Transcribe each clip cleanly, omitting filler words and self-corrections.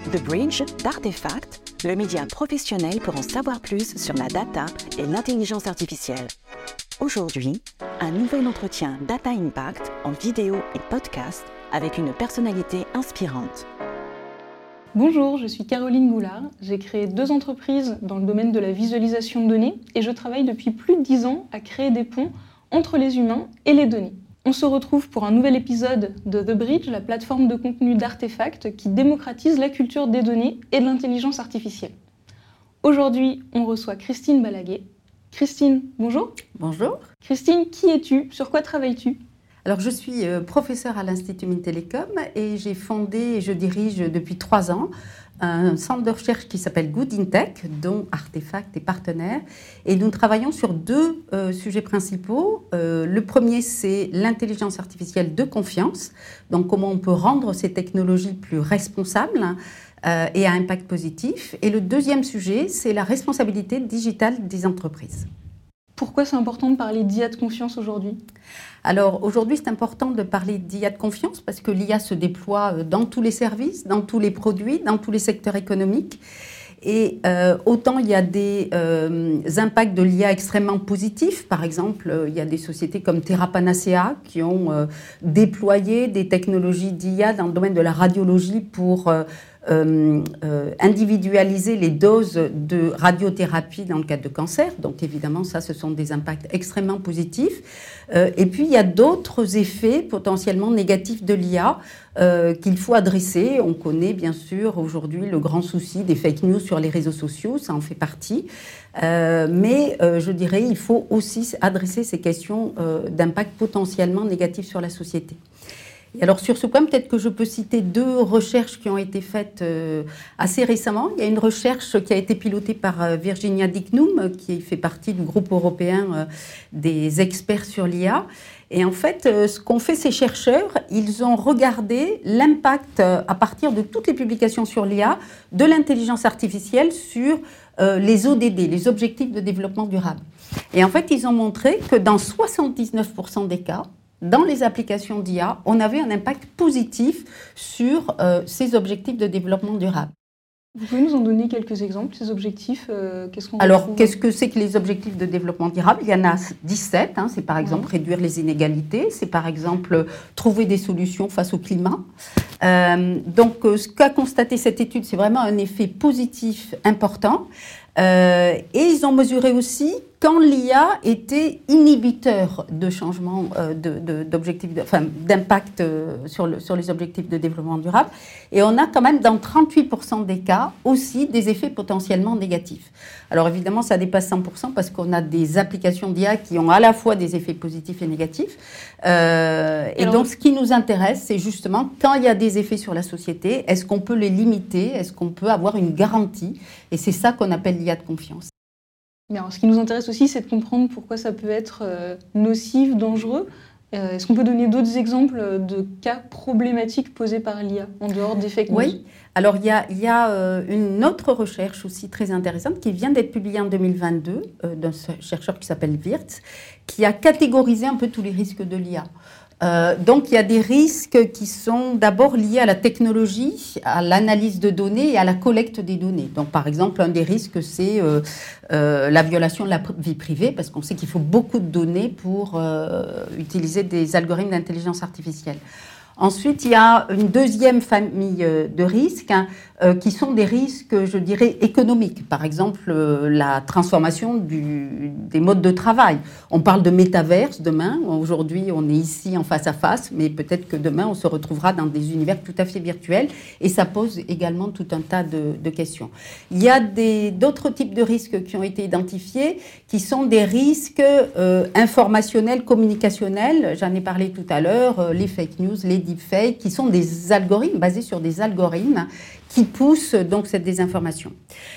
The Bridge d'Artefact, le média professionnel pour en savoir plus sur la data et l'intelligence artificielle. Aujourd'hui, un nouvel entretien Data Impact en vidéo et podcast avec une personnalité inspirante. Bonjour, je suis Caroline Goulard. J'ai créé 2 entreprises dans le domaine de la visualisation de données et je travaille depuis plus de 10 ans à créer des ponts entre les humains et les données. On se retrouve pour un nouvel épisode de The Bridge, la plateforme de contenu d'Artefact qui démocratise la culture des données et de l'intelligence artificielle. Aujourd'hui, on reçoit Christine Balaguet. Christine, bonjour. Bonjour. Christine, qui es-tu? Sur quoi travailles-tu? Alors, je suis professeure à l'Institut Mines-Télécom et j'ai fondé et je dirige depuis 3 ans un centre de recherche qui s'appelle Good in Tech, dont Artefact est partenaire. Et nous travaillons sur 2 sujets principaux. Le premier, c'est l'intelligence artificielle de confiance. Donc, comment on peut rendre ces technologies plus responsables et à impact positif. Et le deuxième sujet, c'est la responsabilité digitale des entreprises. Pourquoi c'est important de parler d'IA de confiance aujourd'hui ? Alors aujourd'hui, c'est important de parler d'IA de confiance parce que l'IA se déploie dans tous les services, dans tous les produits, dans tous les secteurs économiques. Et autant il y a des impacts de l'IA extrêmement positifs. Par exemple, il y a des sociétés comme Terra Panacea qui ont déployé des technologies d'IA dans le domaine de la radiologie pour individualiser les doses de radiothérapie dans le cadre de cancer. Donc évidemment, ça, ce sont des impacts extrêmement positifs. Et puis, il y a d'autres effets potentiellement négatifs de l'IA qu'il faut adresser. On connaît bien sûr aujourd'hui le grand souci des fake news sur les réseaux sociaux, ça en fait partie. Mais je dirais il faut aussi adresser ces questions d'impact potentiellement négatif sur la société. Et alors sur ce point, peut-être que je peux citer 2 recherches qui ont été faites assez récemment. Il y a une recherche qui a été pilotée par Virginia Dicknum, qui fait partie du groupe européen des experts sur l'IA. Et en fait, ce qu'ont fait ces chercheurs, ils ont regardé l'impact à partir de toutes les publications sur l'IA de l'intelligence artificielle sur les ODD, les objectifs de développement durable. Et en fait, ils ont montré que dans 79% des cas, dans les applications d'IA, on avait un impact positif sur ces objectifs de développement durable. Vous pouvez nous en donner quelques exemples, ces objectifs Alors, qu'est-ce que c'est que les objectifs de développement durable? Il y en a 17. C'est par exemple réduire les inégalités, c'est par exemple trouver des solutions face au climat. Donc, ce qu'a constaté cette étude, c'est vraiment un effet positif important. Et ils ont mesuré aussi quand l'IA était inhibiteur de changement d'objectifs, d'impact sur les objectifs de développement durable. Et on a quand même dans 38% des cas aussi des effets potentiellement négatifs. Alors évidemment, ça dépasse 100% parce qu'on a des applications d'IA qui ont à la fois des effets positifs et négatifs. Et donc, ce qui nous intéresse, c'est justement quand il y a des effets sur la société, est-ce qu'on peut les limiter? Est-ce qu'on peut avoir une garantie? Et c'est ça qu'on appelle l'IA de confiance. Mais alors, ce qui nous intéresse aussi, c'est de comprendre pourquoi ça peut être nocif, dangereux. Est-ce qu'on peut donner d'autres exemples de cas problématiques posés par l'IA, en dehors des fake news? Oui, alors il y a une autre recherche aussi très intéressante qui vient d'être publiée en 2022 d'un chercheur qui s'appelle Wirtz, qui a catégorisé un peu tous les risques de l'IA. Donc il y a des risques qui sont d'abord liés à la technologie, à l'analyse de données et à la collecte des données. Donc par exemple, un des risques, c'est la violation de la vie privée, parce qu'on sait qu'il faut beaucoup de données pour utiliser des algorithmes d'intelligence artificielle. Ensuite, il y a une deuxième famille de risques qui sont des risques, je dirais, économiques. Par exemple, la transformation des modes de travail. On parle de métaverse demain. Aujourd'hui, on est ici en face à face, mais peut-être que demain, on se retrouvera dans des univers tout à fait virtuels. Et ça pose également tout un tas de questions. Il y a d'autres types de risques qui ont été identifiés, qui sont des risques informationnels, communicationnels. J'en ai parlé tout à l'heure, les fake news, les deepfakes, qui sont des algorithmes basés sur des algorithmes qui poussent donc cette désinformation.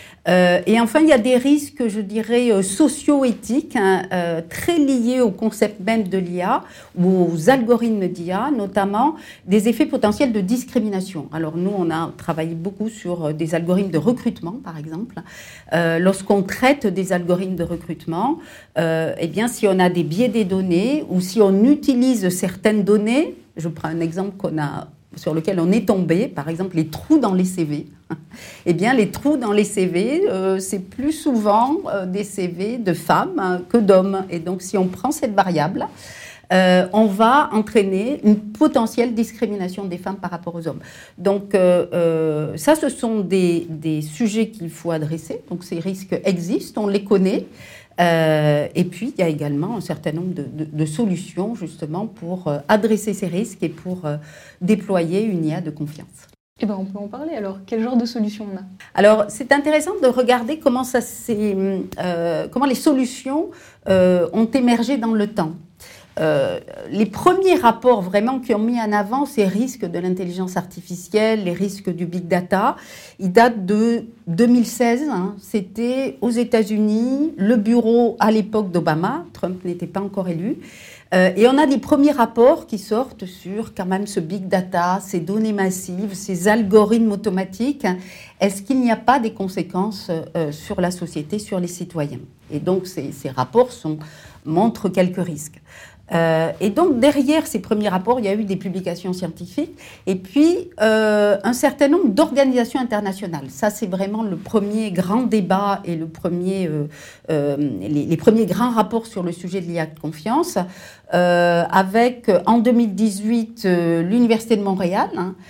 Et enfin, il y a des risques, je dirais, socio-éthiques, très liés au concept même de l'IA ou aux algorithmes d'IA, notamment des effets potentiels de discrimination. Alors nous, on a travaillé beaucoup sur des algorithmes de recrutement, par exemple. Lorsqu'on traite des algorithmes de recrutement, eh bien, si on a des biais des données ou si on utilise certaines données, je prends un exemple qu'on a sur lequel on est tombé, par exemple les trous dans les CV, eh bien les trous dans les CV, c'est plus souvent des CV de femmes que d'hommes. Et donc si on prend cette variable, on va entraîner une potentielle discrimination des femmes par rapport aux hommes. Donc ça, ce sont des sujets qu'il faut adresser. Donc ces risques existent, on les connaît. Et puis, il y a également un certain nombre de solutions, justement, pour adresser ces risques et pour déployer une IA de confiance. Eh bien, on peut en parler. Alors, quel genre de solutions on a ? Alors, c'est intéressant de regarder comment les solutions ont émergé dans le temps. Les premiers rapports vraiment qui ont mis en avant ces risques de l'intelligence artificielle, les risques du big data, ils datent de 2016. C'était aux États-Unis, le bureau à l'époque d'Obama, Trump n'était pas encore élu. Et on a des premiers rapports qui sortent sur quand même ce big data, ces données massives, ces algorithmes automatiques. Est-ce qu'il n'y a pas des conséquences sur la société, sur les citoyens ? Et donc ces rapports montrent quelques risques. Et donc, derrière ces premiers rapports, il y a eu des publications scientifiques et puis un certain nombre d'organisations internationales. Ça, c'est vraiment le premier grand débat et les premiers grands rapports sur le sujet de l'IA de confiance, avec, en 2018, l'Université de Montréal,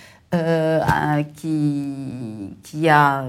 qui a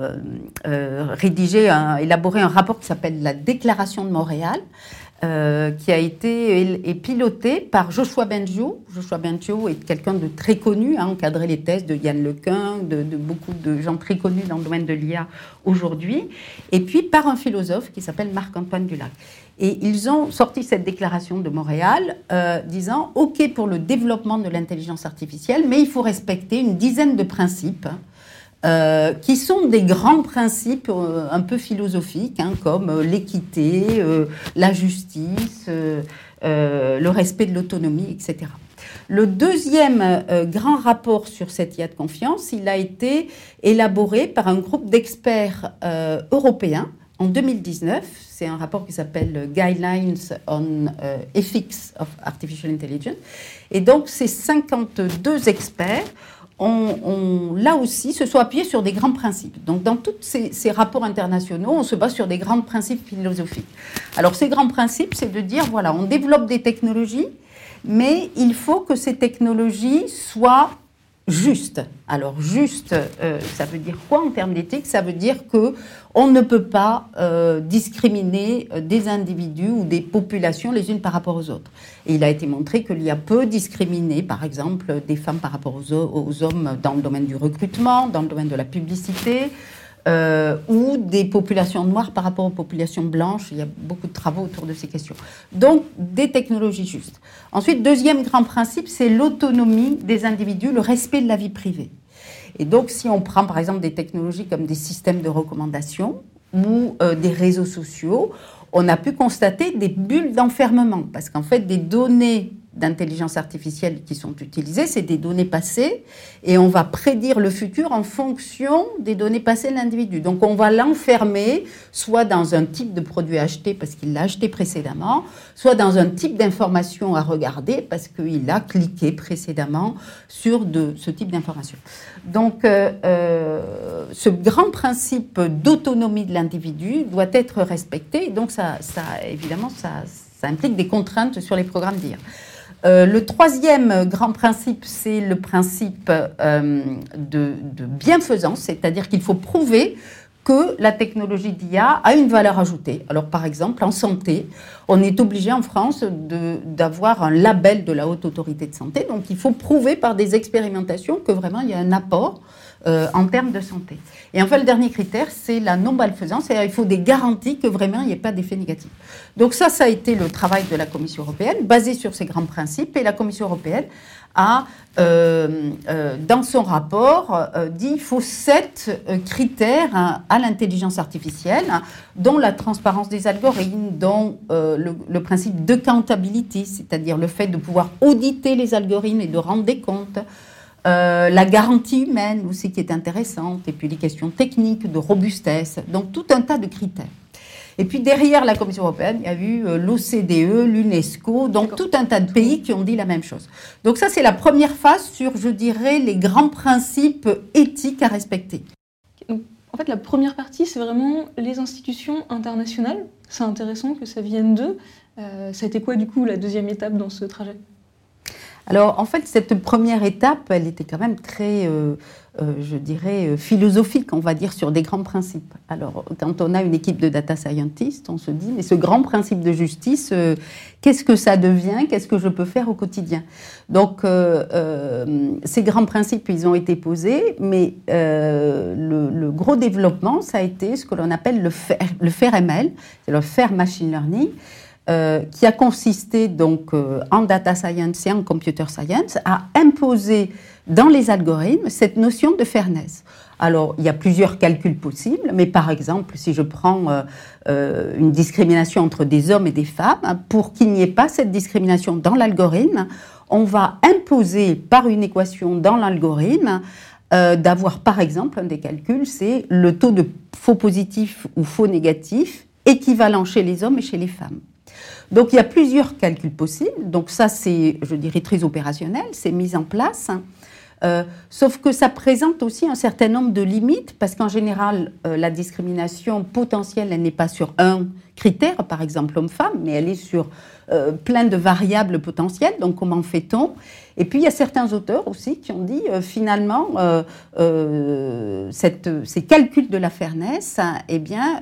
élaboré un rapport qui s'appelle la Déclaration de Montréal, qui a été piloté par Joshua Bengio. Joshua Bengio est quelqu'un de très connu, encadré les thèses de Yann LeCun, de beaucoup de gens très connus dans le domaine de l'IA aujourd'hui, et puis par un philosophe qui s'appelle Marc-Antoine Dulac. Et ils ont sorti cette déclaration de Montréal disant « OK pour le développement de l'intelligence artificielle, mais il faut respecter une dizaine de principes qui sont des grands principes un peu philosophiques, comme l'équité, la justice, le respect de l'autonomie, etc. » Le deuxième grand rapport sur cette IA de confiance, il a été élaboré par un groupe d'experts européens en 2019. C'est un rapport qui s'appelle Guidelines on Ethics of Artificial Intelligence. Et donc, ces 52 experts là aussi, se sont appuyés sur des grands principes. Donc, dans tous ces rapports internationaux, on se base sur des grands principes philosophiques. Alors, ces grands principes, c'est de dire, voilà, on développe des technologies, mais il faut que ces technologies soient justes. Alors, juste, ça veut dire quoi en termes d'éthique ? Ça veut dire qu'on ne peut pas discriminer des individus ou des populations les unes par rapport aux autres. Et il a été montré que l'IA peut discriminer, par exemple, des femmes par rapport aux hommes dans le domaine du recrutement, dans le domaine de la publicité, ou des populations noires par rapport aux populations blanches. Il y a beaucoup de travaux autour de ces questions. Donc, des technologies justes. Ensuite, deuxième grand principe, c'est l'autonomie des individus, le respect de la vie privée. Et donc, si on prend par exemple des technologies comme des systèmes de recommandation ou des réseaux sociaux, on a pu constater des bulles d'enfermement, parce qu'en fait, des données d'intelligence artificielle qui sont utilisées, c'est des données passées, et on va prédire le futur en fonction des données passées de l'individu. Donc on va l'enfermer soit dans un type de produit acheté parce qu'il l'a acheté précédemment, soit dans un type d'information à regarder parce qu'il a cliqué précédemment sur ce type d'information. Donc ce grand principe d'autonomie de l'individu doit être respecté, donc ça implique des contraintes sur les programmes d'IA. Le troisième grand principe, c'est le principe de bienfaisance, c'est-à-dire qu'il faut prouver que la technologie d'IA a une valeur ajoutée. Alors, par exemple, en santé, on est obligé en France d'avoir un label de la Haute Autorité de Santé, donc il faut prouver par des expérimentations que vraiment il y a un apport en termes de santé. Et enfin, le dernier critère, c'est la non-malfaisance, c'est-à-dire il faut des garanties que vraiment il n'y ait pas d'effet négatif. Donc ça a été le travail de la Commission européenne, basé sur ces grands principes, et la Commission européenne a, dans son rapport, dit qu'il faut 7 critères à l'intelligence artificielle, dont la transparence des algorithmes, dont le principe d'accountability, c'est-à-dire le fait de pouvoir auditer les algorithmes et de rendre des comptes, la garantie humaine aussi qui est intéressante, et puis les questions techniques de robustesse, donc tout un tas de critères. Et puis derrière la Commission européenne, il y a eu l'OCDE, l'UNESCO, donc tout un tas de pays qui ont dit la même chose. Donc ça, c'est la première phase sur, je dirais, les grands principes éthiques à respecter. Donc, en fait, la première partie, c'est vraiment les institutions internationales. C'est intéressant que ça vienne d'eux. Ça a été quoi, du coup, la deuxième étape dans ce trajet ? Alors, en fait, cette première étape, elle était quand même très, je dirais, philosophique, on va dire, sur des grands principes. Alors, quand on a une équipe de data scientists, on se dit, mais ce grand principe de justice, qu'est-ce que ça devient ? Qu'est-ce que je peux faire au quotidien ? Donc, ces grands principes, ils ont été posés, mais le gros développement, ça a été ce que l'on appelle le FAIR-ML, c'est le FAIR Machine Learning, qui a consisté donc en data science et en computer science à imposer dans les algorithmes cette notion de fairness. Alors, il y a plusieurs calculs possibles, mais par exemple, si je prends une discrimination entre des hommes et des femmes, pour qu'il n'y ait pas cette discrimination dans l'algorithme, on va imposer par une équation dans l'algorithme d'avoir, par exemple, un des calculs, c'est le taux de faux positif ou faux négatif équivalent chez les hommes et chez les femmes. Donc, il y a plusieurs calculs possibles. Donc, ça, c'est, je dirais, très opérationnel, c'est mis en place. Sauf que ça présente aussi un certain nombre de limites, parce qu'en général, la discrimination potentielle, elle n'est pas sur un critère, par exemple homme-femme, mais elle est sur plein de variables potentielles. Donc, comment fait-on ? Et puis, il y a certains auteurs aussi qui ont dit, finalement, ces calculs de la fairness, eh bien,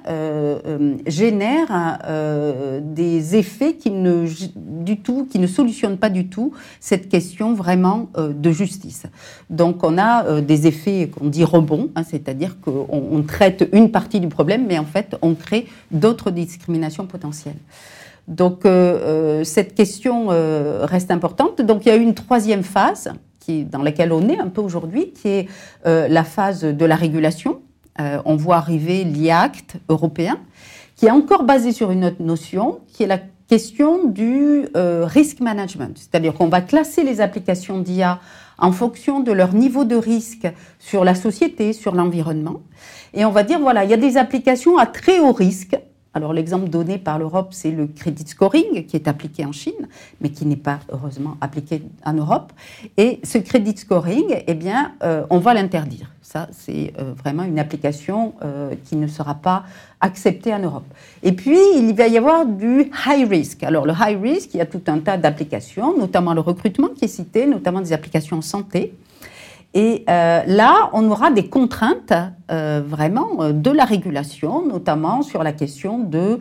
génèrent des effets qui ne solutionnent pas du tout cette question vraiment de justice. Donc, on a des effets qu'on dit rebonds, c'est-à-dire qu'on traite une partie du problème, mais en fait, on crée d'autres discriminations potentielles. Donc, cette question reste importante. Donc, il y a une troisième phase dans laquelle on est un peu aujourd'hui, qui est la phase de la régulation. On voit arriver l'IACT européen, qui est encore basé sur une autre notion, qui est la question du risk management. C'est-à-dire qu'on va classer les applications d'IA en fonction de leur niveau de risque sur la société, sur l'environnement. Et on va dire, voilà, il y a des applications à très haut risque. Alors, l'exemple donné par l'Europe, c'est le credit scoring qui est appliqué en Chine, mais qui n'est pas, heureusement, appliqué en Europe. Et ce credit scoring, eh bien, on va l'interdire. Ça, c'est vraiment une application qui ne sera pas acceptée en Europe. Et puis, il va y avoir du high risk. Alors, le high risk, il y a tout un tas d'applications, notamment le recrutement qui est cité, notamment des applications en santé. Et là, on aura des contraintes vraiment de la régulation, notamment sur la question de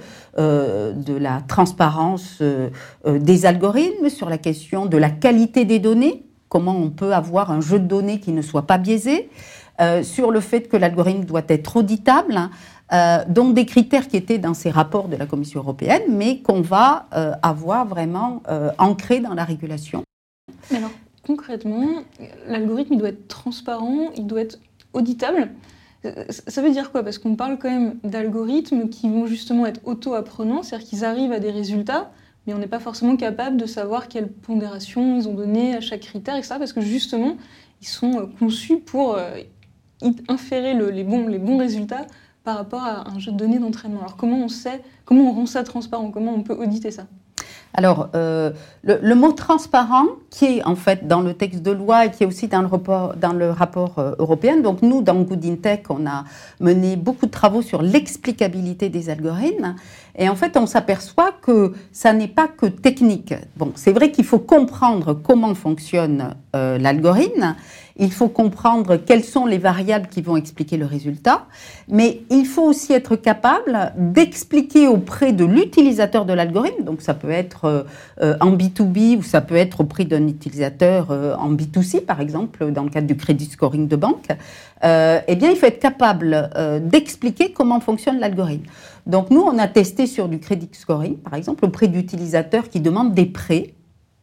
la transparence des algorithmes, sur la question de la qualité des données, comment on peut avoir un jeu de données qui ne soit pas biaisé, sur le fait que l'algorithme doit être auditable, donc des critères qui étaient dans ces rapports de la Commission européenne, mais qu'on va avoir vraiment ancrés dans la régulation. Alors, concrètement, l'algorithme, il doit être transparent, il doit être auditable. Ça veut dire quoi ? Parce qu'on parle quand même d'algorithmes qui vont justement être auto-apprenants, c'est-à-dire qu'ils arrivent à des résultats, mais on n'est pas forcément capable de savoir quelle pondération ils ont donné à chaque critère, etc. Parce que justement, ils sont conçus pour inférer les bons résultats par rapport à un jeu de données d'entraînement. Alors comment on rend ça transparent ? Comment on peut auditer ça ? Alors, le mot transparent, qui est en fait dans le texte de loi et qui est aussi dans le rapport européen, donc nous, dans Good in Tech, on a mené beaucoup de travaux sur l'explicabilité des algorithmes, et en fait, on s'aperçoit que ça n'est pas que technique. Bon, c'est vrai qu'il faut comprendre comment fonctionne l'algorithme, il faut comprendre quelles sont les variables qui vont expliquer le résultat, mais il faut aussi être capable d'expliquer auprès de l'utilisateur de l'algorithme, donc ça peut être en B2B ou ça peut être auprès d'un utilisateur en B2C, par exemple, dans le cadre du credit scoring de banque, eh bien, il faut être capable d'expliquer comment fonctionne l'algorithme. Donc, nous, on a testé sur du credit scoring, par exemple, auprès d'utilisateurs qui demandent des prêts,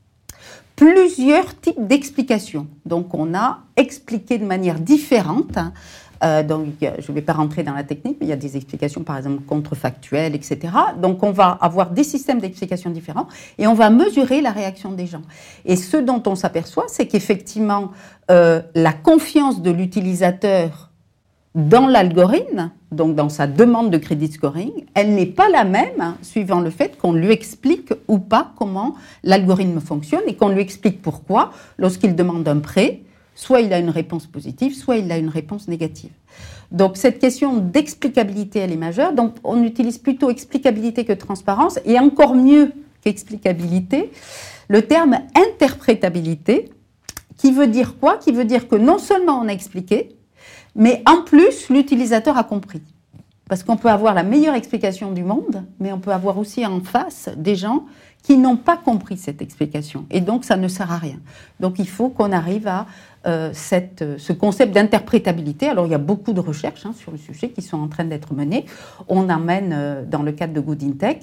plusieurs types d'explications. Donc, on a expliqué de manière différente. Donc, je ne vais pas rentrer dans la technique, mais il y a des explications, par exemple, contrefactuelles, etc. Donc, on va avoir des systèmes d'explications différents et on va mesurer la réaction des gens. Et ce dont on s'aperçoit, c'est qu'effectivement, la confiance de l'utilisateur dans l'algorithme, donc dans sa demande de crédit scoring, elle n'est pas la même suivant le fait qu'on lui explique ou pas comment l'algorithme fonctionne et qu'on lui explique pourquoi, lorsqu'il demande un prêt, soit il a une réponse positive, soit il a une réponse négative. Donc cette question d'explicabilité, elle est majeure. Donc on utilise plutôt explicabilité que transparence, et encore mieux qu'explicabilité, le terme interprétabilité, qui veut dire quoi ? Qui veut dire que non seulement on a expliqué, mais en plus, l'utilisateur a compris. Parce qu'on peut avoir la meilleure explication du monde, mais on peut avoir aussi en face des gens qui n'ont pas compris cette explication. Et donc, ça ne sert à rien. Donc, il faut qu'on arrive à ce concept d'interprétabilité. Alors, il y a beaucoup de recherches sur le sujet qui sont en train d'être menées. On en mène dans le cadre de Good in Tech.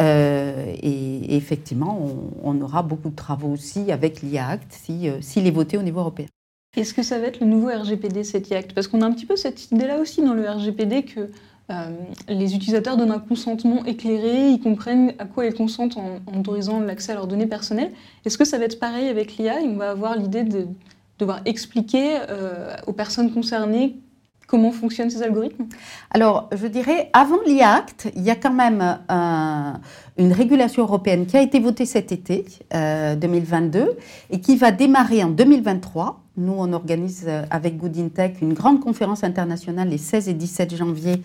Et effectivement, on aura beaucoup de travaux aussi avec l'IA Act s'il est voté au niveau européen. Est-ce que ça va être le nouveau RGPD, cet IA Act ? Parce qu'on a un petit peu cette idée-là aussi dans le RGPD que les utilisateurs donnent un consentement éclairé, ils comprennent à quoi ils consentent en autorisant l'accès à leurs données personnelles. Est-ce que ça va être pareil avec l'IA ? On va avoir l'idée de devoir expliquer aux personnes concernées comment fonctionnent ces algorithmes ? Alors, je dirais, avant l'IA Act, il y a quand même une régulation européenne qui a été votée cet été, 2022, et qui va démarrer en 2023. Nous, on organise avec Good in Tech une grande conférence internationale les 16 et 17 janvier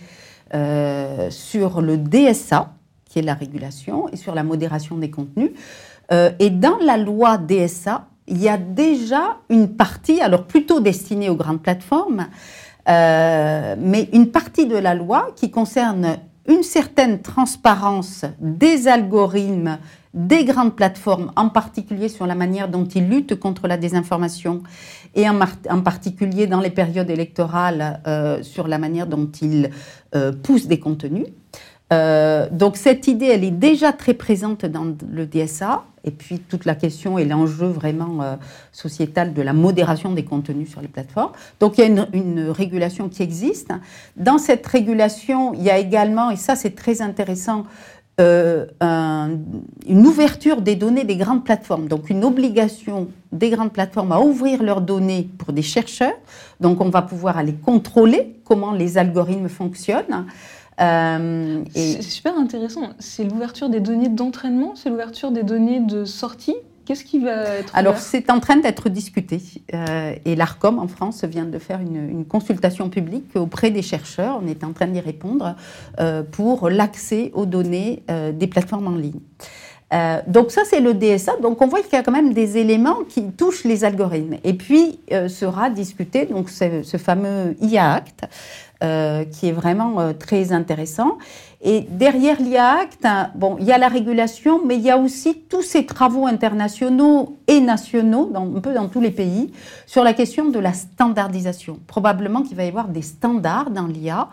sur le DSA, qui est la régulation, et sur la modération des contenus. Et dans la loi DSA, il y a déjà une partie, alors plutôt destinée aux grandes plateformes, mais une partie de la loi qui concerne une certaine transparence des algorithmes des grandes plateformes, en particulier sur la manière dont ils luttent contre la désinformation et en particulier dans les périodes électorales sur la manière dont ils poussent des contenus. Donc cette idée, elle est déjà très présente dans le DSA, et puis toute la question et l'enjeu vraiment sociétal de la modération des contenus sur les plateformes. Donc il y a une régulation qui existe. Dans cette régulation, il y a également, et ça c'est très intéressant, une ouverture des données des grandes plateformes, donc une obligation des grandes plateformes à ouvrir leurs données pour des chercheurs. Donc on va pouvoir aller contrôler comment les algorithmes fonctionnent. C'est super intéressant. C'est l'ouverture des données d'entraînement, c'est l'ouverture des données de sortie. Qu'est-ce qui va être ouvert ? Alors, c'est en train d'être discuté. Et l'ARCOM, en France, vient de faire une consultation publique auprès des chercheurs. On est en train d'y répondre pour l'accès aux données des plateformes en ligne. Donc ça, c'est le DSA. Donc on voit qu'il y a quand même des éléments qui touchent les algorithmes. Et puis sera discuté donc ce fameux IA Act, qui est vraiment très intéressant. Et derrière l'IA Act, bon, il y a la régulation, mais il y a aussi tous ces travaux internationaux et nationaux, un peu dans tous les pays, sur la question de la standardisation. Probablement qu'il va y avoir des standards dans l'IA.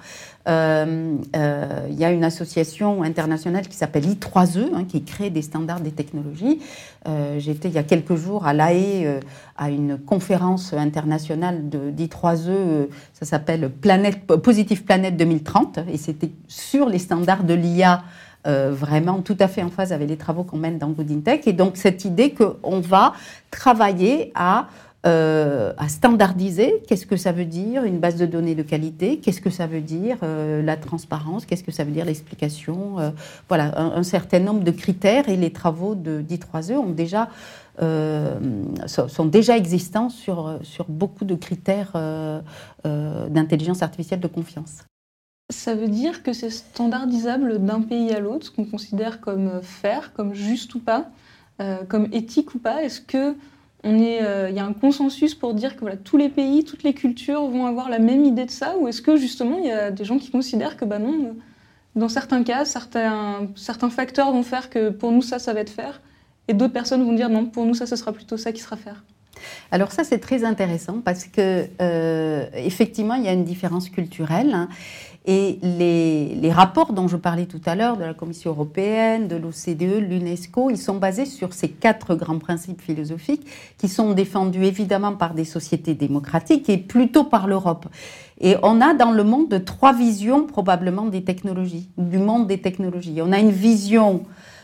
Il y a une association internationale qui s'appelle I3E, qui crée des standards des technologies. J'étais il y a quelques jours à La Haye à une conférence internationale d'I3E, ça s'appelle Positive Planet 2030, et c'était sur les standards de l'IA, vraiment tout à fait en phase avec les travaux qu'on mène dans Good in Tech. Et donc cette idée qu'on va travailler à standardiser, qu'est-ce que ça veut dire une base de données de qualité, qu'est-ce que ça veut dire la transparence, qu'est-ce que ça veut dire l'explication, voilà, un certain nombre de critères, et les travaux d'I3E sont déjà existants sur beaucoup de critères d'intelligence artificielle de confiance. Ça veut dire que c'est standardisable d'un pays à l'autre, ce qu'on considère comme fair, comme juste ou pas, comme éthique ou pas. Est-ce que y a un consensus pour dire que voilà, tous les pays, toutes les cultures vont avoir la même idée de ça, ou est-ce que justement il y a des gens qui considèrent que non, dans certains cas, certains facteurs vont faire que pour nous ça va être fair, et d'autres personnes vont dire non, pour nous ça ce sera plutôt ça qui sera fair. Alors ça c'est très intéressant parce que effectivement il y a une différence culturelle, et les rapports dont je parlais tout à l'heure de la Commission européenne, de l'OCDE, l'UNESCO, ils sont basés sur ces 4 grands principes philosophiques qui sont défendus évidemment par des sociétés démocratiques et plutôt par l'Europe. Et on a dans le monde 3 visions probablement des technologies, du monde des technologies. On a une vision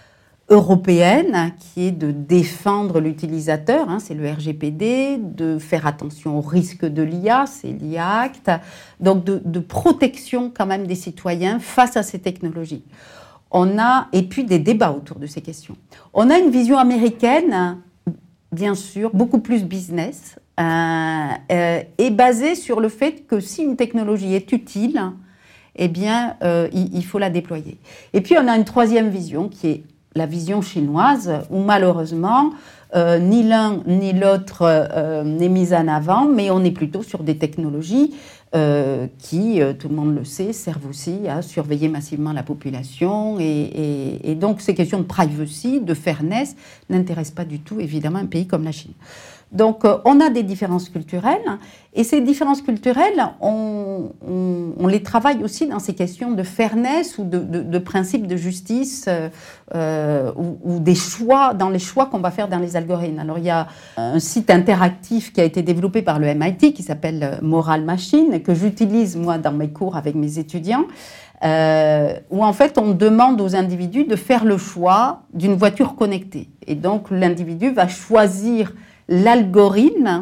européenne qui est de défendre l'utilisateur, c'est le RGPD, de faire attention aux risques de l'IA, c'est l'IA Act, donc de protection quand même des citoyens face à ces technologies. Et puis des débats autour de ces questions. On a une vision américaine, bien sûr, beaucoup plus business, et basée sur le fait que si une technologie est utile, eh bien, il faut la déployer. Et puis on a une troisième vision qui est la vision chinoise, où malheureusement, ni l'un ni l'autre n'est mis en avant, mais on est plutôt sur des technologies qui, tout le monde le sait, servent aussi à surveiller massivement la population. Et donc, ces questions de privacy, de fairness, n'intéressent pas du tout, évidemment, un pays comme la Chine. Donc, on a des différences culturelles, et ces différences culturelles, on les travaille aussi dans ces questions de fairness ou de principes de justice ou des choix, dans les choix qu'on va faire dans les algorithmes. Alors, il y a un site interactif qui a été développé par le MIT qui s'appelle Moral Machine, que j'utilise, moi, dans mes cours avec mes étudiants, où en fait on demande aux individus de faire le choix d'une voiture connectée. Et donc, l'individu va choisir l'algorithme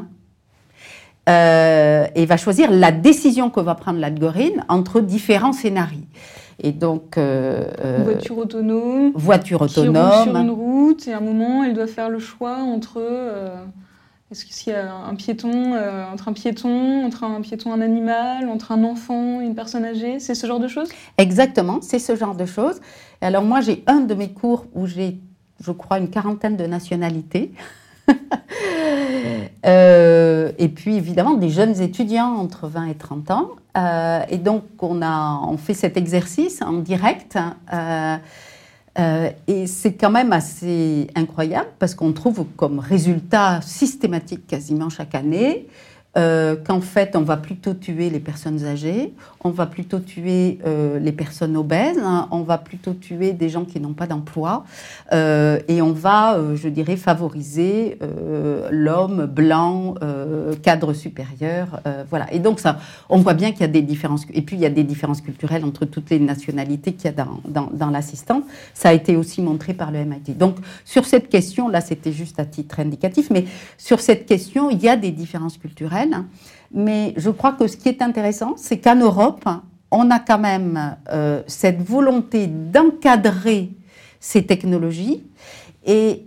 et va choisir la décision que va prendre l'algorithme entre différents scénarios. Et donc, voiture autonome, qui roule sur une route, et à un moment, elle doit faire le choix entre est-ce qu'il y a un piéton, entre un piéton, un animal, entre un enfant et une personne âgée, c'est ce genre de choses? Exactement, c'est ce genre de choses. Et alors moi, j'ai un de mes cours où j'ai, je crois, une quarantaine de nationalités. Et puis évidemment des jeunes étudiants entre 20 et 30 ans. Et donc on fait cet exercice en direct. Et c'est quand même assez incroyable parce qu'on trouve comme résultat systématique quasiment chaque année qu'en fait on va plutôt tuer les personnes âgées, on va plutôt tuer les personnes obèses, on va plutôt tuer des gens qui n'ont pas d'emploi et on va, je dirais, favoriser l'homme blanc, cadre supérieur, voilà. Et donc ça, on voit bien qu'il y a des différences, et puis il y a des différences culturelles entre toutes les nationalités qu'il y a dans l'assistance. Ça a été aussi montré par le MIT. Donc sur cette question, là c'était juste à titre indicatif, mais sur cette question, il y a des différences culturelles. Mais je crois que ce qui est intéressant, c'est qu'en Europe, on a quand même cette volonté d'encadrer ces technologies et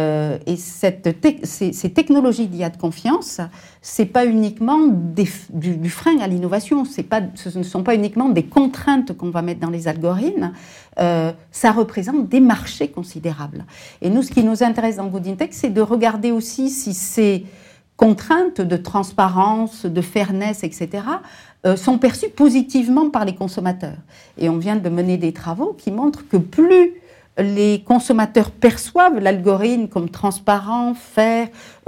ces technologies d'IA de confiance, c'est pas uniquement du frein à l'innovation, ce ne sont pas uniquement des contraintes qu'on va mettre dans les algorithmes, ça représente des marchés considérables. Et nous, ce qui nous intéresse dans Goodintech, c'est de regarder aussi si ces contraintes de transparence, de fairness, etc., sont perçues positivement par les consommateurs. Et on vient de mener des travaux qui montrent que plus les consommateurs perçoivent l'algorithme comme transparent, fair,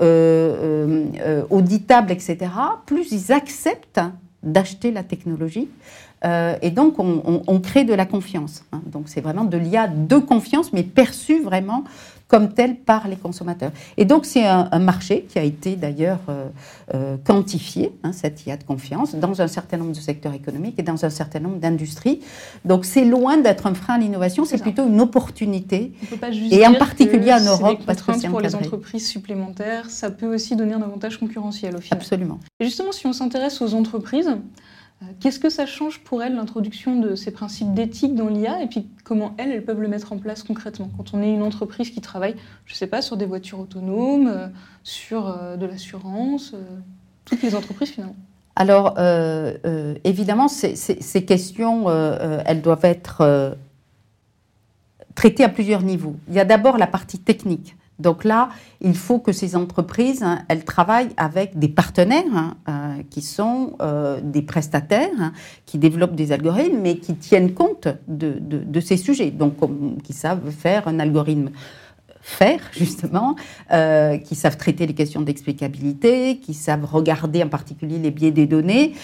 auditable, etc., plus ils acceptent d'acheter la technologie. Et donc, on crée de la confiance. Donc, c'est vraiment de l'IA de confiance, mais perçue vraiment comme tel par les consommateurs. Et donc, c'est un marché qui a été d'ailleurs quantifié, cette IA de confiance, dans un certain nombre de secteurs économiques et dans un certain nombre d'industries. Donc, c'est loin d'être un frein à l'innovation, c'est plutôt une opportunité. On peut pas juste et en particulier en Europe, parce que c'est pour les entreprises supplémentaires, ça peut aussi donner un avantage concurrentiel au final. Absolument. Et justement, si on s'intéresse aux entreprises, qu'est-ce que ça change pour elles, l'introduction de ces principes d'éthique dans l'IA, et puis comment elles peuvent le mettre en place concrètement quand on est une entreprise qui travaille, je ne sais pas, sur des voitures autonomes, sur de l'assurance, toutes les entreprises finalement? Alors, évidemment, ces questions, elles doivent être traitées à plusieurs niveaux. Il y a d'abord la partie technique. Donc là, il faut que ces entreprises, elles travaillent avec des partenaires qui sont des prestataires qui développent des algorithmes, mais qui tiennent compte de ces sujets, donc qui savent faire un algorithme justement, qui savent traiter les questions d'explicabilité, qui savent regarder en particulier les biais des données.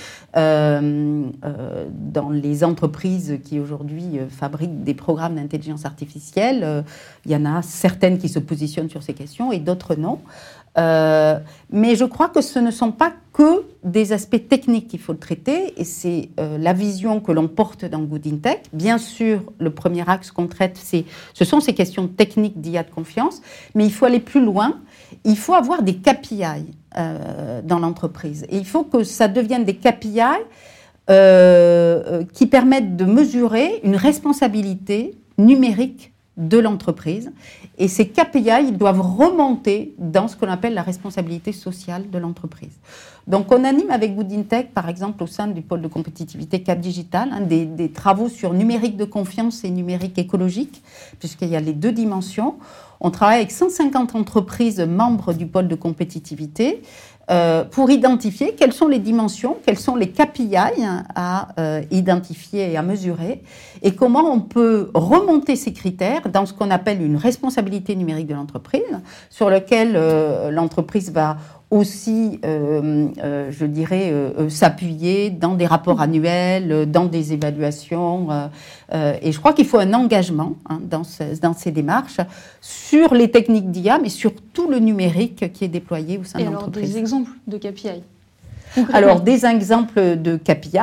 Dans les entreprises qui aujourd'hui fabriquent des programmes d'intelligence artificielle, il y en a certaines qui se positionnent sur ces questions et d'autres non. Mais je crois que ce ne sont pas que des aspects techniques qu'il faut traiter, et c'est la vision que l'on porte dans Good in Tech. Bien sûr, le premier axe qu'on traite, ce sont ces questions techniques d'IA de confiance, mais il faut aller plus loin. Il faut avoir des KPI dans l'entreprise. Et il faut que ça devienne des KPI qui permettent de mesurer une responsabilité numérique de l'entreprise. Et ces KPI, ils doivent remonter dans ce qu'on appelle la responsabilité sociale de l'entreprise. Donc, on anime avec Good in Tech, par exemple, au sein du pôle de compétitivité Cap Digital, des travaux sur numérique de confiance et numérique écologique, puisqu'il y a les deux dimensions. On travaille avec 150 entreprises membres du pôle de compétitivité pour identifier quelles sont les dimensions, quels sont les KPI à identifier et à mesurer, et comment on peut remonter ces critères dans ce qu'on appelle une responsabilité numérique de l'entreprise, sur lequel l'entreprise va aussi, je dirais, s'appuyer dans des rapports annuels, dans des évaluations. Et je crois qu'il faut un engagement dans ces démarches sur les techniques d'IA, mais sur tout le numérique qui est déployé au sein de l'entreprise. Et alors, des exemples de KPI ? Alors, des exemples de KPI.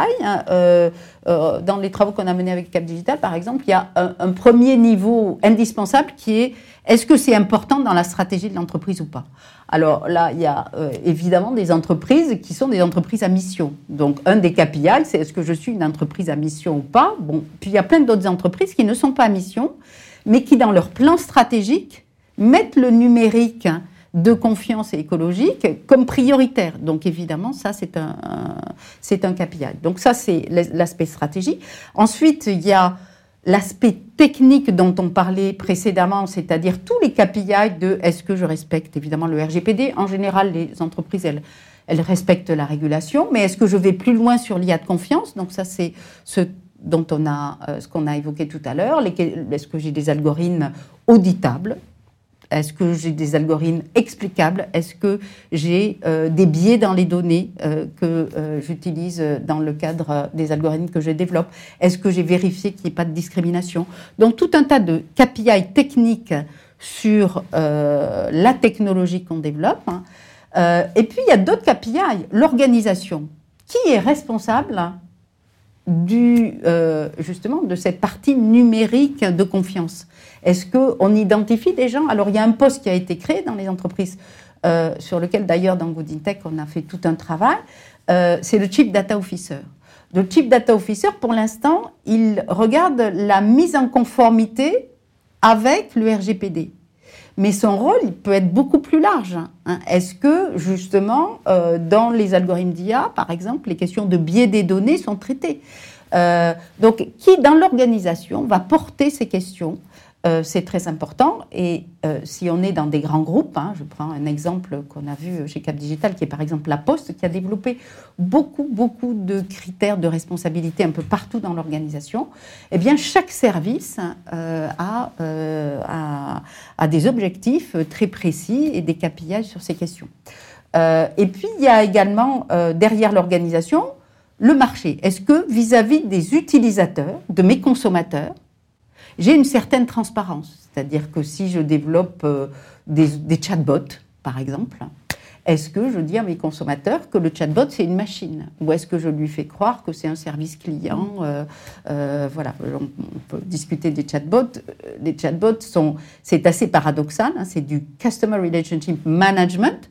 Dans les travaux qu'on a menés avec Cap Digital, par exemple, il y a un premier niveau indispensable qui est: est-ce que c'est important dans la stratégie de l'entreprise ou pas ? Alors là, il y a évidemment des entreprises qui sont des entreprises à mission. Donc, un des KPI, c'est: est-ce que je suis une entreprise à mission ou pas ? Bon, puis il y a plein d'autres entreprises qui ne sont pas à mission, mais qui, dans leur plan stratégique, mettent le numérique de confiance et écologique comme prioritaire. Donc évidemment, ça c'est un KPI. Donc ça c'est l'aspect stratégie. Ensuite, il y a l'aspect technique dont on parlait précédemment, c'est-à-dire tous les KPI de est-ce que je respecte évidemment le RGPD. En général, les entreprises, elles respectent la régulation, mais est-ce que je vais plus loin sur l'IA de confiance ? Donc ça c'est ce qu'on a évoqué tout à l'heure. Est-ce que j'ai des algorithmes auditables ? Est-ce que j'ai des algorithmes explicables ? Est-ce que j'ai des biais dans les données que j'utilise dans le cadre des algorithmes que je développe ? Est-ce que j'ai vérifié qu'il n'y ait pas de discrimination ? Donc, tout un tas de KPI techniques sur la technologie qu'on développe. Et puis, il y a d'autres KPI. L'organisation. Qui est responsable justement de cette partie numérique de confiance? Est-ce qu'on identifie des gens? Alors, il y a un poste qui a été créé dans les entreprises, sur lequel, d'ailleurs, dans Good in Tech, on a fait tout un travail. C'est le Chief Data Officer. Le Chief Data Officer, pour l'instant, il regarde la mise en conformité avec le RGPD. Mais son rôle, il peut être beaucoup plus large. Est-ce que, justement, dans les algorithmes d'IA, par exemple, les questions de biais des données sont traitées ? Donc, qui, dans l'organisation, va porter ces questions ? C'est très important. Et si on est dans des grands groupes, je prends un exemple qu'on a vu chez Cap Digital, qui est par exemple La Poste, qui a développé beaucoup de critères de responsabilité un peu partout dans l'organisation. Eh bien, chaque service a des objectifs très précis et des KPI sur ces questions. Et puis, il y a également, derrière l'organisation, le marché. Est-ce que vis-à-vis des utilisateurs, de mes consommateurs, j'ai une certaine transparence? C'est-à-dire que si je développe des chatbots, par exemple, est-ce que je dis à mes consommateurs que le chatbot, c'est une machine? Ou est-ce que je lui fais croire que c'est un service client? Voilà, on peut discuter des chatbots. Les chatbots, c'est assez paradoxal, c'est du Customer Relationship Management.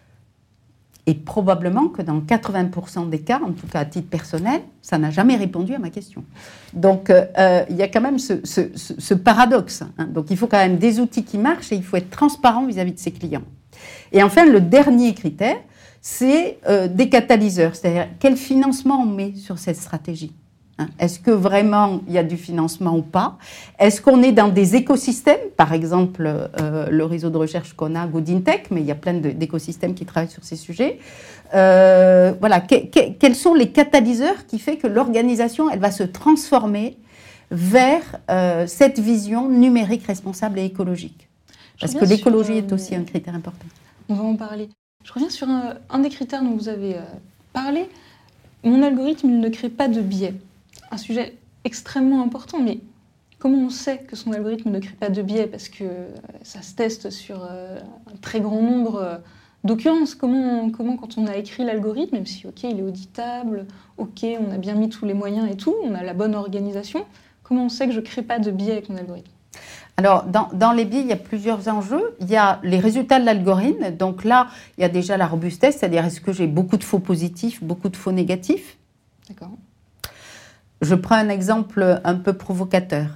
Et probablement que dans 80% des cas, en tout cas à titre personnel, ça n'a jamais répondu à ma question. Donc, il y a quand même ce paradoxe. Donc, il faut quand même des outils qui marchent et il faut être transparent vis-à-vis de ses clients. Et enfin, le dernier critère, c'est des catalyseurs. C'est-à-dire, quel financement on met sur cette stratégie ? Est-ce que vraiment il y a du financement ou pas? Est-ce qu'on est dans des écosystèmes? Par exemple, le réseau de recherche qu'on a, Good in Tech, mais il y a plein d'écosystèmes qui travaillent sur ces sujets. Voilà, quels sont les catalyseurs qui font que l'organisation, elle va se transformer vers cette vision numérique responsable et écologique? Parce que l'écologie est aussi un critère important. On va en parler. Je reviens sur un des critères dont vous avez parlé. Mon algorithme, il ne crée pas de biais. Un sujet extrêmement important, mais comment on sait que son algorithme ne crée pas de biais? Parce que ça se teste sur un très grand nombre d'occurrence, comment quand on a écrit l'algorithme, même si ok, il est auditable, ok, on a bien mis tous les moyens et tout, on a la bonne organisation, comment on sait que je ne crée pas de biais avec mon algorithme? Alors, dans les biais, il y a plusieurs enjeux. Il y a les résultats de l'algorithme. Donc là, il y a déjà la robustesse, c'est-à-dire est-ce que j'ai beaucoup de faux positifs, beaucoup de faux négatifs? D'accord. Je prends un exemple un peu provocateur.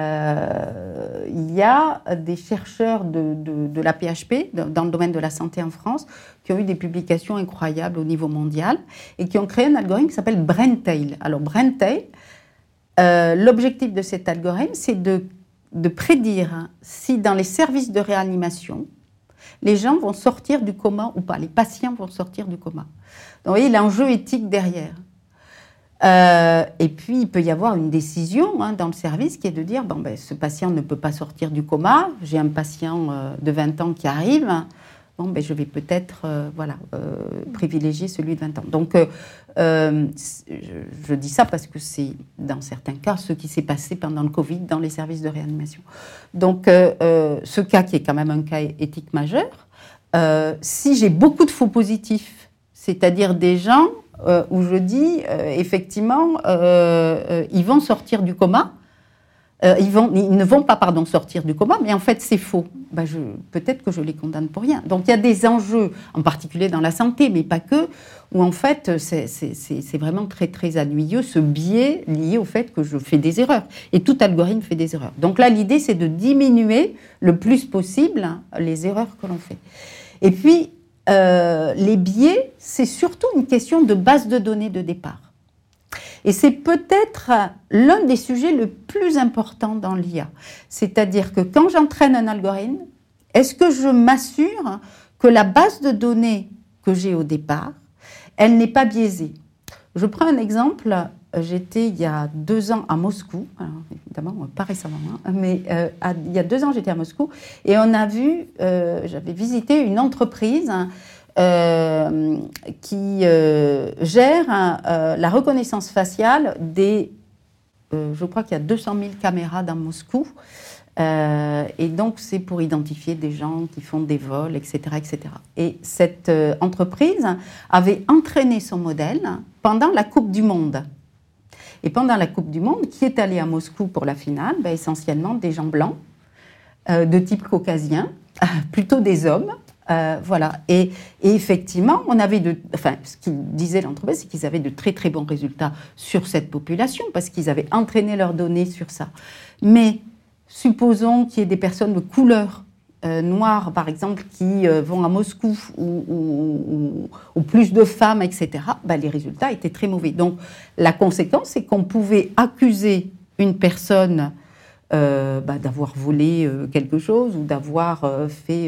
Il y a des chercheurs de la PHP, dans le domaine de la santé en France, qui ont eu des publications incroyables au niveau mondial et qui ont créé un algorithme qui s'appelle BrainTail. Alors, BrainTail, l'objectif de cet algorithme, c'est de prédire si dans les services de réanimation, les gens vont sortir du coma ou pas, les patients vont sortir du coma. Donc, vous voyez l'enjeu éthique derrière. Et puis, il peut y avoir une décision dans le service qui est de dire, ce patient ne peut pas sortir du coma, j'ai un patient de 20 ans qui arrive, je vais peut-être privilégier celui de 20 ans. Donc, je dis ça parce que c'est, dans certains cas, ce qui s'est passé pendant le Covid dans les services de réanimation. Donc, ce cas qui est quand même un cas éthique majeur, si j'ai beaucoup de faux positifs, c'est-à-dire des gens où je dis, effectivement, ils vont sortir du coma, ils ne vont pas sortir du coma, mais en fait c'est faux. Peut-être que je les condamne pour rien. Donc il y a des enjeux, en particulier dans la santé, mais pas que, où en fait c'est vraiment très très ennuyeux, ce biais lié au fait que je fais des erreurs. Et tout algorithme fait des erreurs. Donc là l'idée c'est de diminuer le plus possible les erreurs que l'on fait. Et puis les biais, c'est surtout une question de base de données de départ. Et c'est peut-être l'un des sujets le plus importants dans l'IA. C'est-à-dire que quand j'entraîne un algorithme, est-ce que je m'assure que la base de données que j'ai au départ, elle n'est pas biaisée? Je prends un exemple. J'étais il y a 2 ans à Moscou, alors évidemment pas récemment, mais il y a 2 ans j'étais à Moscou et on a vu, j'avais visité une entreprise qui gère la reconnaissance faciale je crois qu'il y a 200 000 caméras dans Moscou. Et donc, c'est pour identifier des gens qui font des vols, etc., etc. Et cette entreprise avait entraîné son modèle pendant la Coupe du Monde. Et pendant la Coupe du Monde, qui est allé à Moscou pour la finale? Essentiellement des gens blancs, de type caucasien, plutôt des hommes. Voilà. Et effectivement, ce qu'ils disaient l'entreprise, c'est qu'ils avaient de très très bons résultats sur cette population parce qu'ils avaient entraîné leurs données sur ça. Mais supposons qu'il y ait des personnes de couleur noire, par exemple, qui vont à Moscou ou plus de femmes, etc. Les résultats étaient très mauvais. Donc, la conséquence, c'est qu'on pouvait accuser une personne d'avoir volé quelque chose ou d'avoir fait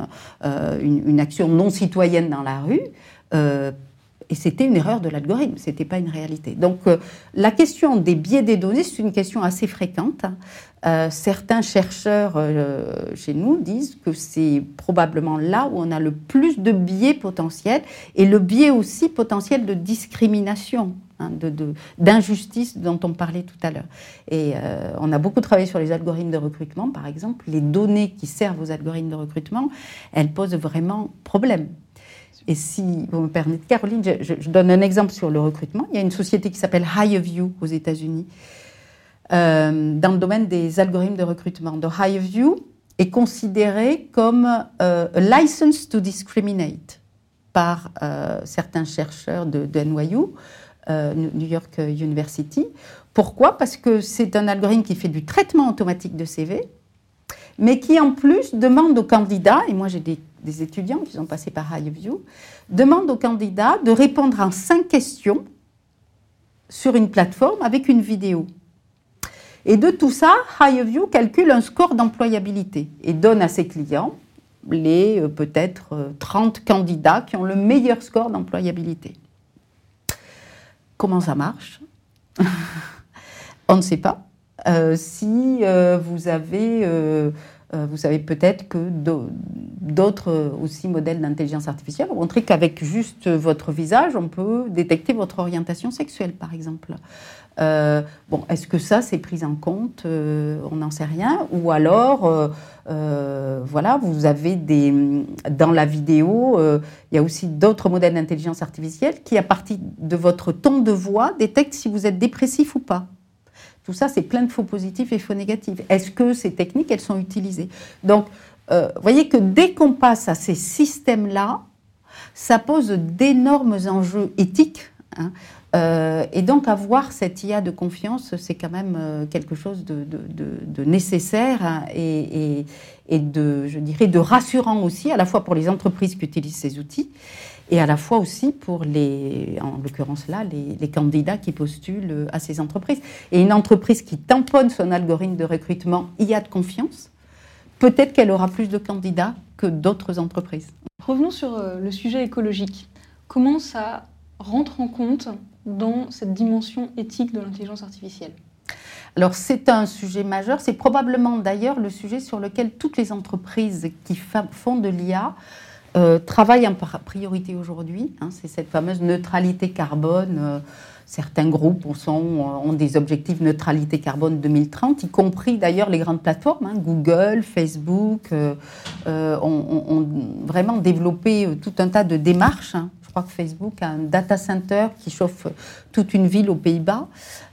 une action non citoyenne dans la rue. Et c'était une erreur de l'algorithme, ce n'était pas une réalité. Donc, la question des biais des données, c'est une question assez fréquente. Certains chercheurs chez nous disent que c'est probablement là où on a le plus de biais potentiels et le biais aussi potentiel de discrimination, d'injustice dont on parlait tout à l'heure. Et on a beaucoup travaillé sur les algorithmes de recrutement, par exemple. Les données qui servent aux algorithmes de recrutement, elles posent vraiment problème. Et si vous me permettez, Caroline, je donne un exemple sur le recrutement. Il y a une société qui s'appelle HireVue aux États-Unis, dans le domaine des algorithmes de recrutement. Donc, HireVue est considéré comme a license to discriminate par certains chercheurs de NYU, New York University. Pourquoi? Parce que c'est un algorithme qui fait du traitement automatique de CV, mais qui en plus demande aux candidats, et moi j'ai des étudiants qui sont passés par HireVue, demande aux candidats de répondre en 5 questions sur une plateforme avec une vidéo. Et de tout ça, HireVue calcule un score d'employabilité et donne à ses clients les peut-être 30 candidats qui ont le meilleur score d'employabilité. Comment ça marche? On ne sait pas. Si vous savez peut-être que d'autres aussi modèles d'intelligence artificielle ont montré qu'avec juste votre visage, on peut détecter votre orientation sexuelle, par exemple. Est-ce que ça, c'est pris en compte? On n'en sait rien. Ou alors, vous avez dans la vidéo, il y a aussi d'autres modèles d'intelligence artificielle qui, à partir de votre ton de voix, détectent si vous êtes dépressif ou pas. Tout ça, c'est plein de faux positifs et faux négatifs. Est-ce que ces techniques, elles sont utilisées? Donc, vous voyez que dès qu'on passe à ces systèmes-là, ça pose d'énormes enjeux éthiques. Et donc, avoir cette IA de confiance, c'est quand même quelque chose de nécessaire et de rassurant aussi, à la fois pour les entreprises qui utilisent ces outils et à la fois aussi pour en l'occurrence là, les candidats qui postulent à ces entreprises. Et une entreprise qui tamponne son algorithme de recrutement IA de confiance, peut-être qu'elle aura plus de candidats que d'autres entreprises. Revenons sur le sujet écologique. Comment ça rentre en compte dans cette dimension éthique de l'intelligence artificielle? Alors c'est un sujet majeur, c'est probablement d'ailleurs le sujet sur lequel toutes les entreprises qui font de l'IA travaillent en priorité aujourd'hui. C'est cette fameuse neutralité carbone. Certains groupes ont des objectifs neutralité carbone 2030, y compris d'ailleurs les grandes plateformes. Google, Facebook ont vraiment développé tout un tas de démarches. Je crois que Facebook a un data center qui chauffe toute une ville aux Pays-Bas.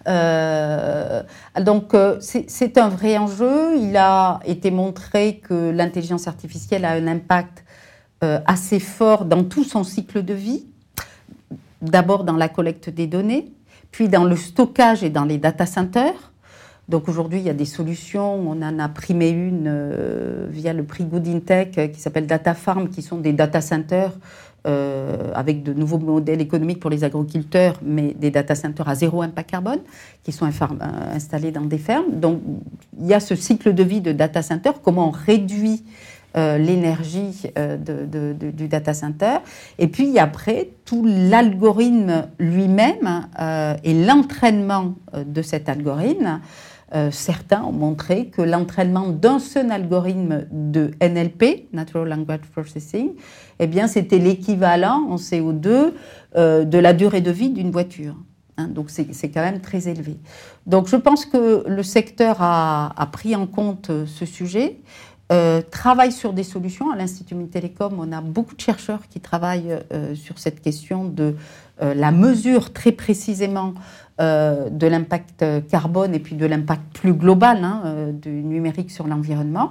Donc c'est un vrai enjeu. Il a été montré que l'intelligence artificielle a un impact assez fort dans tout son cycle de vie. D'abord dans la collecte des données, puis dans le stockage et dans les data centers. Donc aujourd'hui, il y a des solutions, on en a primé une via le prix Good in Tech qui s'appelle Data Farm, qui sont des data centers avec de nouveaux modèles économiques pour les agriculteurs, mais des data centers à zéro impact carbone, qui sont installés dans des fermes. Donc il y a ce cycle de vie de data center, comment on réduit l'énergie du data center. Et puis après, tout l'algorithme lui-même et l'entraînement de cet algorithme. Certains ont montré que l'entraînement d'un seul algorithme de NLP, Natural Language Processing, eh bien, c'était l'équivalent en CO2 de la durée de vie d'une voiture. Donc c'est quand même très élevé. Donc je pense que le secteur a pris en compte ce sujet. Travaille sur des solutions. À l'Institut Mines-Télécom, on a beaucoup de chercheurs qui travaillent sur cette question de la mesure très précisément de l'impact carbone et puis de l'impact plus global du numérique sur l'environnement.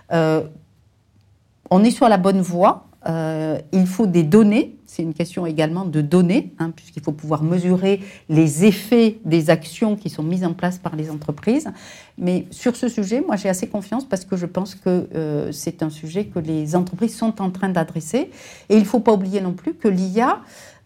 On est sur la bonne voie. Il faut des données, c'est une question également de données, puisqu'il faut pouvoir mesurer les effets des actions qui sont mises en place par les entreprises. Mais sur ce sujet, moi j'ai assez confiance parce que je pense que c'est un sujet que les entreprises sont en train d'adresser. Et il ne faut pas oublier non plus que l'IA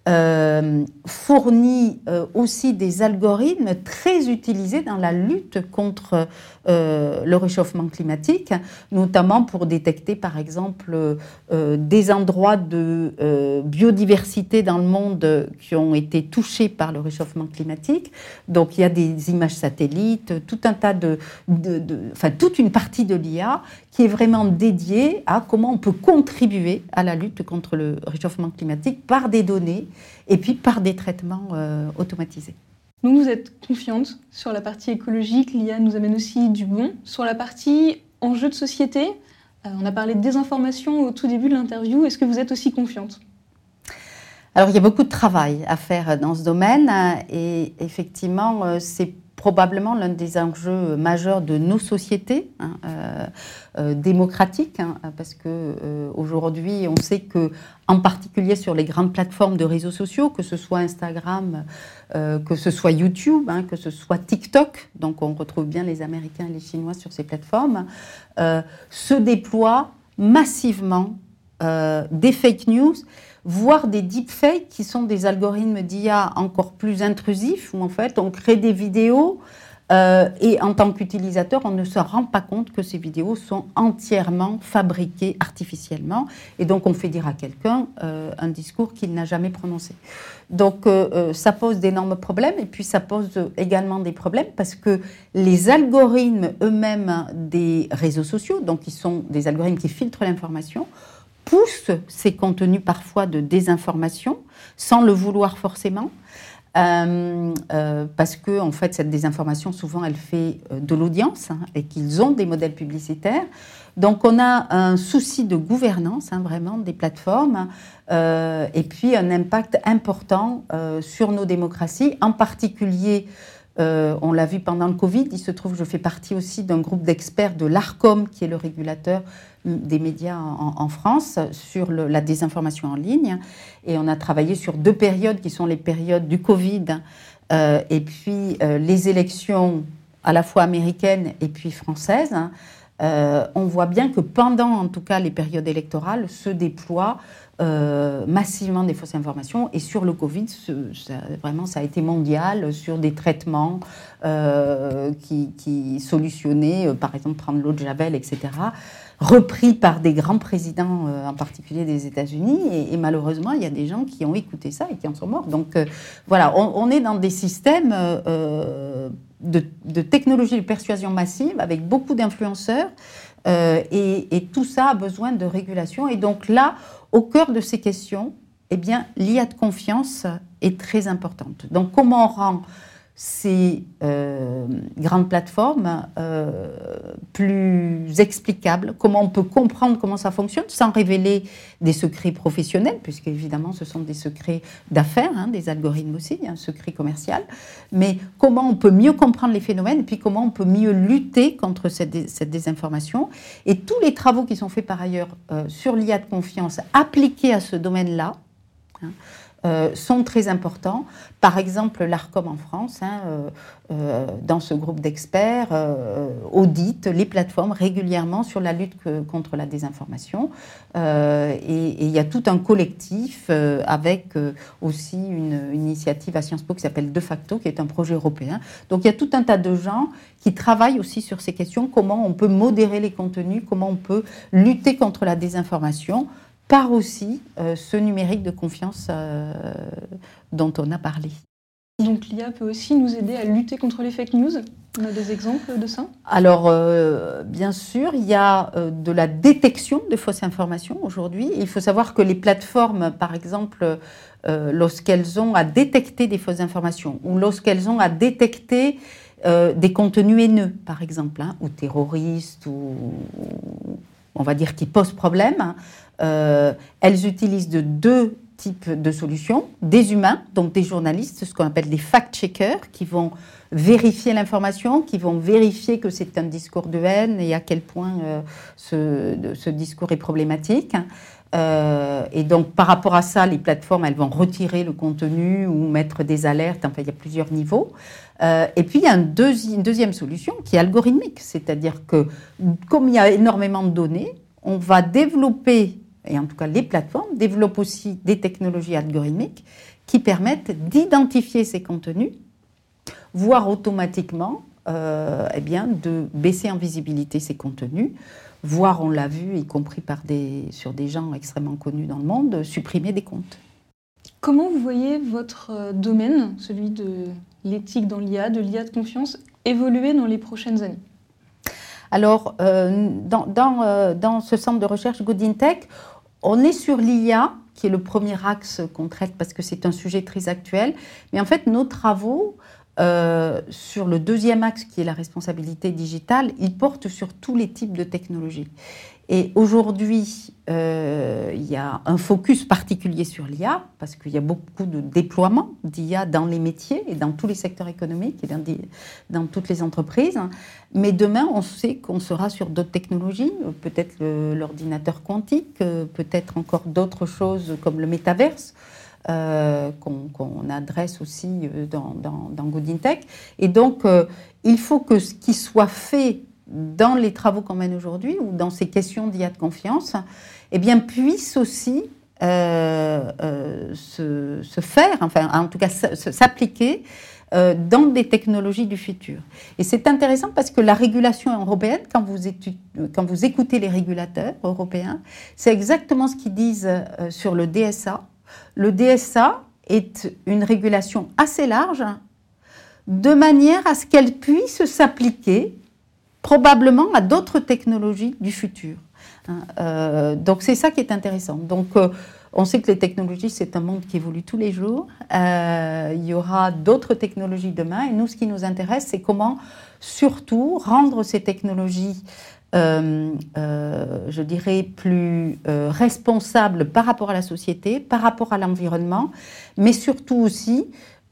fournit aussi des algorithmes très utilisés dans la lutte contre le réchauffement climatique, notamment pour détecter par exemple des endroits de biodiversité dans le monde qui ont été touchés par le réchauffement climatique. Donc il y a des images satellites, tout un tas toute une partie de l'IA qui est vraiment dédiée à comment on peut contribuer à la lutte contre le réchauffement climatique par des données et puis par des traitements automatisés. Donc vous êtes confiante sur la partie écologique, l'IA nous amène aussi du bon. Sur la partie enjeux de société, on a parlé de désinformation au tout début de l'interview, est-ce que vous êtes aussi confiante ? Alors il y a beaucoup de travail à faire dans ce domaine et effectivement c'est probablement l'un des enjeux majeurs de nos sociétés démocratiques, parce qu'aujourd'hui, on sait que, en particulier sur les grandes plateformes de réseaux sociaux, que ce soit Instagram, que ce soit YouTube, que ce soit TikTok, donc on retrouve bien les Américains et les Chinois sur ces plateformes, se déploient massivement des fake news, voire des deepfakes qui sont des algorithmes d'IA encore plus intrusifs, où en fait on crée des vidéos et en tant qu'utilisateur, on ne se rend pas compte que ces vidéos sont entièrement fabriquées artificiellement et donc on fait dire à quelqu'un un discours qu'il n'a jamais prononcé. Donc ça pose d'énormes problèmes et puis ça pose également des problèmes parce que les algorithmes eux-mêmes des réseaux sociaux, donc qui sont des algorithmes qui filtrent l'information, poussent ces contenus parfois de désinformation, sans le vouloir forcément. Parce que en fait cette désinformation souvent elle fait de l'audience et qu'ils ont des modèles publicitaires. Donc on a un souci de gouvernance vraiment des plateformes et puis un impact important sur nos démocraties, en particulier on l'a vu pendant le Covid. Il se trouve que je fais partie aussi d'un groupe d'experts de l'ARCOM, qui est le régulateur des médias en France, sur la désinformation en ligne. Et on a travaillé sur 2 périodes qui sont les périodes du Covid et puis les élections à la fois américaines et puis françaises. On voit bien que pendant, en tout cas, les périodes électorales, se déploient massivement des fausses informations. Et sur le Covid, ça a été mondial, sur des traitements qui solutionnaient, par exemple, prendre l'eau de Javel, etc., repris par des grands présidents, en particulier des États-Unis. Et malheureusement, il y a des gens qui ont écouté ça et qui en sont morts. Donc voilà, on est dans des systèmes de technologie de persuasion massive avec beaucoup d'influenceurs et tout ça a besoin de régulation. Et donc là, au cœur de ces questions, eh bien, l'IA de confiance est très importante. Donc comment on rend ces grandes plateformes plus explicables, comment on peut comprendre comment ça fonctionne sans révéler des secrets professionnels, puisque évidemment ce sont des secrets d'affaires, des algorithmes aussi, un secret commercial, mais comment on peut mieux comprendre les phénomènes et puis comment on peut mieux lutter contre cette désinformation. Et tous les travaux qui sont faits par ailleurs sur l'IA de confiance appliqués à ce domaine-là, sont très importants. Par exemple, l'ARCOM en France, dans ce groupe d'experts, audite les plateformes régulièrement sur la lutte contre la désinformation. Et il y a tout un collectif avec aussi une initiative à Sciences Po qui s'appelle De Facto, qui est un projet européen. Donc il y a tout un tas de gens qui travaillent aussi sur ces questions, comment on peut modérer les contenus, comment on peut lutter contre la désinformation, par aussi ce numérique de confiance dont on a parlé. Donc l'IA peut aussi nous aider à lutter contre les fake news. On a des exemples de ça ? Alors, bien sûr, il y a de la détection de fausses informations aujourd'hui. Il faut savoir que les plateformes, par exemple, lorsqu'elles ont à détecter des fausses informations ou lorsqu'elles ont à détecter des contenus haineux, par exemple, ou terroristes, ou on va dire qui posent problème, elles utilisent de 2 types de solutions. Des humains, donc des journalistes, ce qu'on appelle des fact-checkers, qui vont vérifier l'information, qui vont vérifier que c'est un discours de haine et à quel point ce discours est problématique. Et donc, par rapport à ça, les plateformes, elles vont retirer le contenu ou mettre des alertes. Enfin, il y a plusieurs niveaux. Et puis, il y a une deuxième solution qui est algorithmique. C'est-à-dire que, comme il y a énormément de données, on va développer, et en tout cas les plateformes développent aussi des technologies algorithmiques qui permettent d'identifier ces contenus, voire automatiquement de baisser en visibilité ces contenus, voire, on l'a vu, y compris sur des gens extrêmement connus dans le monde, supprimer des comptes. Comment vous voyez votre domaine, celui de l'éthique dans l'IA, de l'IA de confiance, évoluer dans les prochaines années ? Alors, dans ce centre de recherche Good in Tech, on est sur l'IA, qui est le premier axe qu'on traite parce que c'est un sujet très actuel. Mais en fait, nos travaux sur le deuxième axe, qui est la responsabilité digitale, ils portent sur tous les types de technologies. Et aujourd'hui, il y a un focus particulier sur l'IA, parce qu'il y a beaucoup de déploiements d'IA dans les métiers et dans tous les secteurs économiques et dans toutes les entreprises. Mais demain, on sait qu'on sera sur d'autres technologies, peut-être l'ordinateur quantique, peut-être encore d'autres choses comme le métaverse, qu'on adresse aussi dans Good in Tech. Et donc, il faut que ce qui soit fait dans les travaux qu'on mène aujourd'hui ou dans ces questions d'IA de confiance, puisse aussi se faire, enfin en tout cas s'appliquer dans des technologies du futur. Et c'est intéressant parce que la régulation européenne, quand vous écoutez les régulateurs européens, c'est exactement ce qu'ils disent sur le DSA. Le DSA est une régulation assez large, de manière à ce qu'elle puisse s'appliquer probablement à d'autres technologies du futur. Donc c'est ça qui est intéressant. Donc on sait que les technologies, c'est un monde qui évolue tous les jours. Il y aura d'autres technologies demain. Et nous, ce qui nous intéresse, c'est comment surtout rendre ces technologies, je dirais, plus responsables par rapport à la société, par rapport à l'environnement, mais surtout aussi,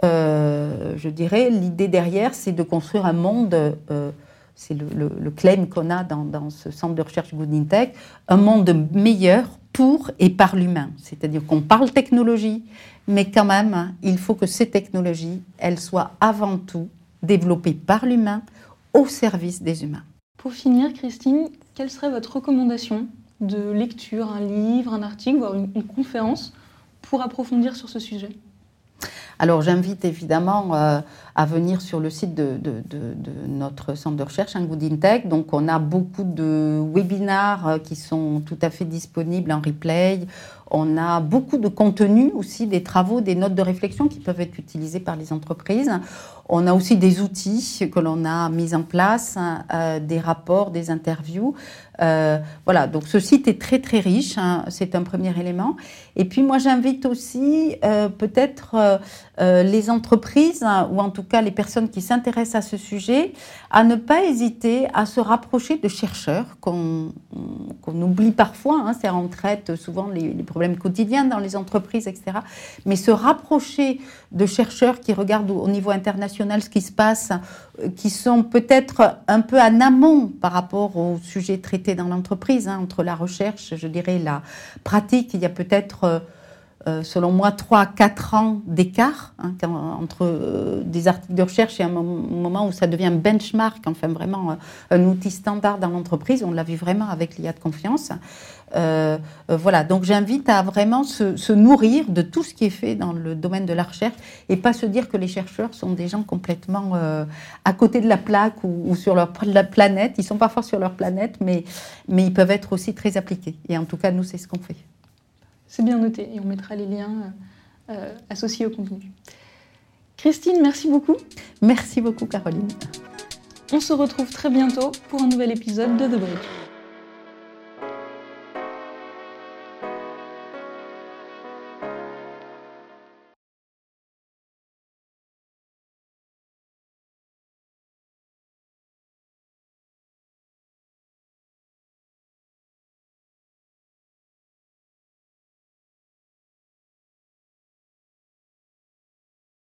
je dirais, l'idée derrière, c'est de construire un monde, c'est le claim qu'on a dans ce centre de recherche Good in Tech, un monde meilleur pour et par l'humain. C'est-à-dire qu'on parle technologie, mais quand même, il faut que ces technologies, elles soient avant tout développées par l'humain, au service des humains. Pour finir, Christine, quelle serait votre recommandation de lecture, un livre, un article, voire une conférence pour approfondir sur ce sujet ? Alors j'invite évidemment à venir sur le site de notre centre de recherche, Good in Tech. Donc on a beaucoup de webinars qui sont tout à fait disponibles en replay. On a beaucoup de contenu aussi, des travaux, des notes de réflexion qui peuvent être utilisées par les entreprises. On a aussi des outils que l'on a mis en place, des rapports, des interviews. Voilà, donc ce site est très très riche, c'est un premier élément. Et puis moi j'invite aussi peut-être les entreprises, ou en tout cas les personnes qui s'intéressent à ce sujet, à ne pas hésiter à se rapprocher de chercheurs qu'on oublie parfois, on traite souvent les problèmes quotidiens dans les entreprises, etc. Mais se rapprocher de chercheurs qui regardent au niveau international ce qui se passe, qui sont peut-être un peu en amont par rapport aux sujets traités dans l'entreprise, entre la recherche, je dirais, la pratique, il y a peut-être... selon moi, 3 à 4 ans d'écart entre des articles de recherche et un moment où ça devient un benchmark, enfin vraiment un outil standard dans l'entreprise. On l'a vu vraiment avec l'IA de confiance. Voilà, donc j'invite à vraiment se nourrir de tout ce qui est fait dans le domaine de la recherche et pas se dire que les chercheurs sont des gens complètement à côté de la plaque ou sur la planète. Ils sont parfois sur leur planète, mais ils peuvent être aussi très appliqués. Et en tout cas, nous, c'est ce qu'on fait. C'est bien noté et on mettra les liens associés au contenu. Christine, merci beaucoup. Merci beaucoup, Caroline. On se retrouve très bientôt pour un nouvel épisode de The Bridge.